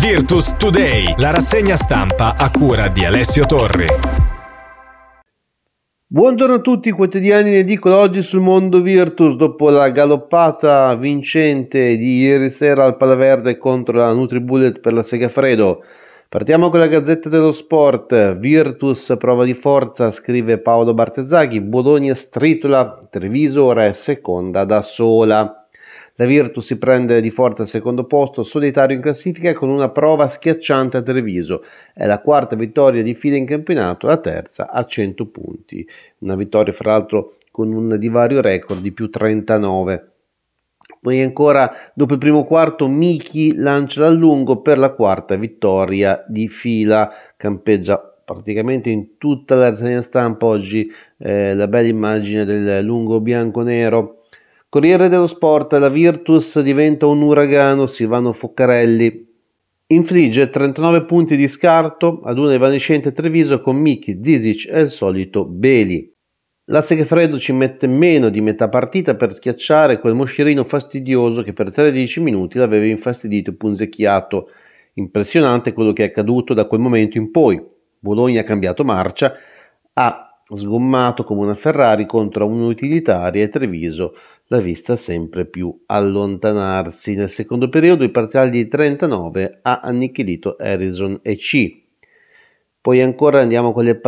Virtus Today, la rassegna stampa a cura di Alessio Torri. Buongiorno a tutti, quotidiani in edicola oggi sul mondo Virtus. Dopo la galoppata vincente di ieri sera al Palaverde contro la NutriBullet per la Segafredo, partiamo con la Gazzetta dello Sport. Virtus prova di forza, scrive Paolo Bartezzaghi. Bologna stritola, Treviso ora è seconda da sola. La Virtus si prende di forza al secondo posto, solitario in classifica con una prova schiacciante a Treviso. È la quarta vittoria di fila in campionato, la terza a 100 punti. Una vittoria fra l'altro con un divario record di più 39. Poi ancora dopo il primo quarto Michi lancia dal lungo per la quarta vittoria di fila, campeggia praticamente in tutta la rassegna stampa oggi la bella immagine del lungo bianco-nero. Corriere dello Sport, la Virtus diventa un uragano, Silvano Foccarelli infligge 39 punti di scarto ad una evanescente Treviso con Michi, Zizic e il solito Beli. La Segafredo ci mette meno di metà partita per schiacciare quel moscerino fastidioso che per 13 minuti l'aveva infastidito e punzecchiato. Impressionante quello che è accaduto da quel momento in poi. Bologna ha cambiato marcia, ha sgommato come una Ferrari contro un'utilitaria e Treviso l'ha vista sempre più allontanarsi. Nel secondo periodo il parziale di 39 ha annichilito Harrison e C. Poi ancora andiamo con le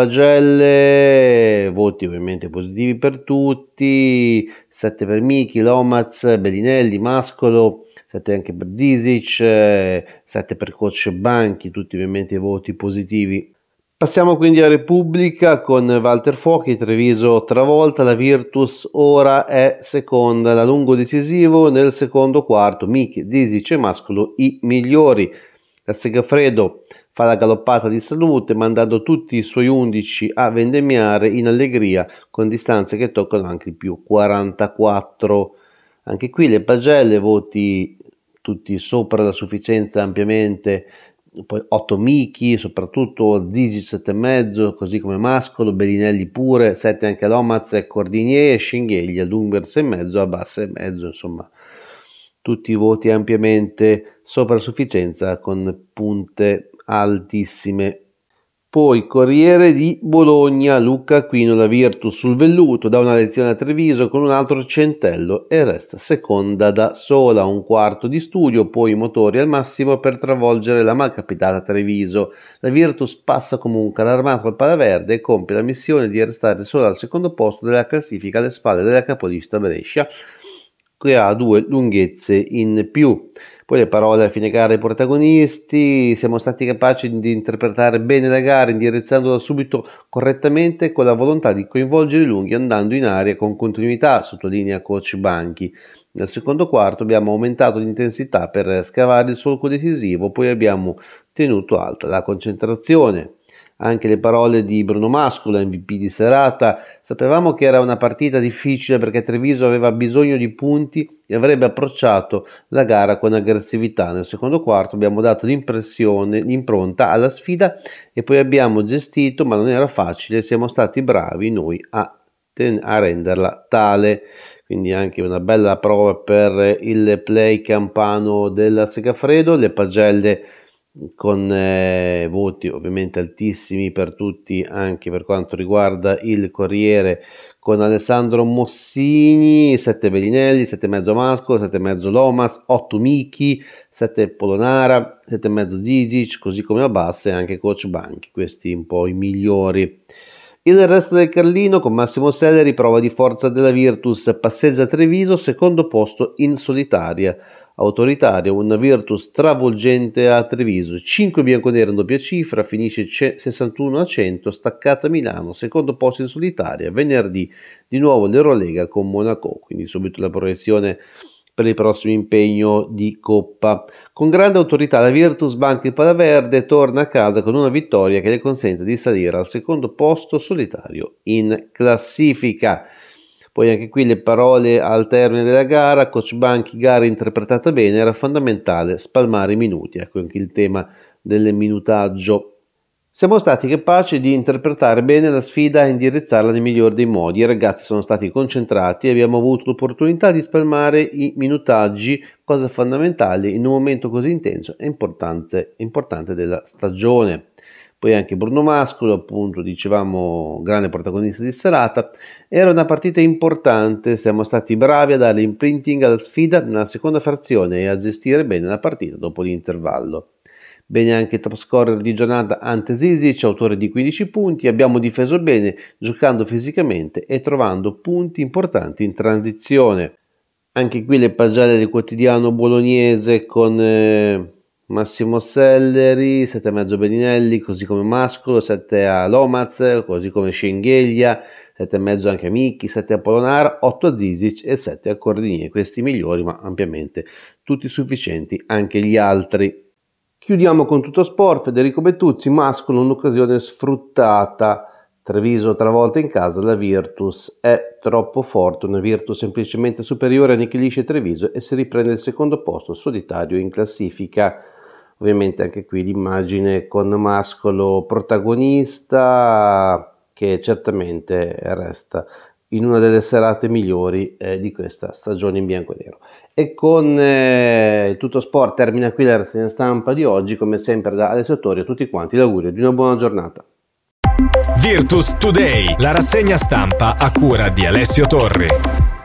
pagelle, voti ovviamente positivi per tutti, 7 per Michi, Lomaz, Bellinelli, Mascolo, 7 anche per Zizic, 7 per coach Banchi, tutti ovviamente voti positivi. Passiamo quindi a Repubblica con Walter Fuochi, Treviso travolta, la Virtus ora è seconda, la lungo decisivo nel secondo quarto, Michi, Zizic e Mascolo i migliori. La Segafredo fa la galoppata di salute mandando tutti i suoi 11 a vendemmiare in allegria con distanze che toccano anche il più 44. Anche qui le pagelle, voti tutti sopra la sufficienza ampiamente. Poi 8 Michi, soprattutto Zizic 7,5, così come Mascolo, Bellinelli pure, 7 anche Lomaz, Cordinier, Scingheglia, Dumber 6,5, Abbas 6,5, insomma tutti i voti ampiamente sopra la sufficienza con punte altissime. Poi Corriere di Bologna, Luca Aquino, la Virtus sul velluto, dà una lezione a Treviso con un altro centello e resta seconda da sola, un quarto di studio, poi i motori al massimo per travolgere la malcapitata Treviso. La Virtus passa comunque all'armato al Palaverde e compie la missione di restare solo al secondo posto della classifica alle spalle della capolista Brescia, che ha 2 lunghezze in più. Poi le parole a fine gara ai protagonisti: siamo stati capaci di interpretare bene la gara indirizzandola subito correttamente con la volontà di coinvolgere i lunghi andando in aria con continuità, sottolinea coach Banchi. Nel secondo quarto abbiamo aumentato l'intensità per scavare il solco decisivo, poi abbiamo tenuto alta la concentrazione. Anche le parole di Bruno Mascolo, MVP di serata: sapevamo che era una partita difficile perché Treviso aveva bisogno di punti e avrebbe approcciato la gara con aggressività. Nel secondo quarto abbiamo dato l'impronta alla sfida e poi abbiamo gestito, ma non era facile, siamo stati bravi noi a renderla tale. Quindi anche una bella prova per il play campano della Segafredo. Le pagelle con voti ovviamente altissimi per tutti, anche per quanto riguarda il Corriere, con Alessandro Mossini, 7 Bellinelli, 7,5 Mascolo, 7,5 Lomas, 8 Michi, 7 Polonara, 7,5 Zizic, così come Abbas e anche coach Banchi, questi un po' i migliori. Il resto del Carlino con Massimo Selleri, prova di forza della Virtus, passeggia a Treviso, secondo posto in solitaria. Autoritaria, una Virtus travolgente a Treviso, 5 bianconeri in doppia cifra, finisce 61-100, staccata a Milano, secondo posto in solitaria, venerdì di nuovo l'Eurolega con Monaco, quindi subito la proiezione per il prossimo impegno di Coppa. Con grande autorità la Virtus Banca il Palaverde torna a casa con una vittoria che le consente di salire al secondo posto solitario in classifica. Poi anche qui le parole al termine della gara, coach Banchi, gara interpretata bene, era fondamentale spalmare i minuti, ecco anche il tema del minutaggio. Siamo stati capaci di interpretare bene la sfida e indirizzarla nel migliore dei modi. I ragazzi sono stati concentrati e abbiamo avuto l'opportunità di spalmare i minutaggi, cosa fondamentale in un momento così intenso e importante della stagione. Poi anche Bruno Mascolo, appunto, dicevamo, grande protagonista di serata. Era una partita importante, siamo stati bravi a dare imprinting alla sfida nella seconda frazione e a gestire bene la partita dopo l'intervallo. Bene anche il top scorer di giornata Ante Zizic, autore di 15 punti. Abbiamo difeso bene, giocando fisicamente e trovando punti importanti in transizione. Anche qui le pagelle del quotidiano bolognese con Massimo Selleri, 7,5 Beninelli, così come Mascolo, 7 a Lomaz, così come Schengelia, 7,5 anche a Micchi, 7 a Polonar, 8 a Zizic e 7 a Cordinier. Questi migliori, ma ampiamente tutti sufficienti anche gli altri. Chiudiamo con Tuttosport. Federico Bettuzzi, Mascolo, un'occasione sfruttata. Treviso travolta in casa, la Virtus è troppo forte, una Virtus semplicemente superiore annichilisce Treviso e si riprende il secondo posto solitario in classifica. Ovviamente anche qui l'immagine con Mascolo protagonista, che certamente resta in una delle serate migliori di questa stagione in bianco e nero. E con il Tuttosport termina qui la rassegna stampa di oggi. Come sempre da Alessio Torri a tutti quanti l'augurio di una buona giornata. Virtus Today, la rassegna stampa a cura di Alessio Torri.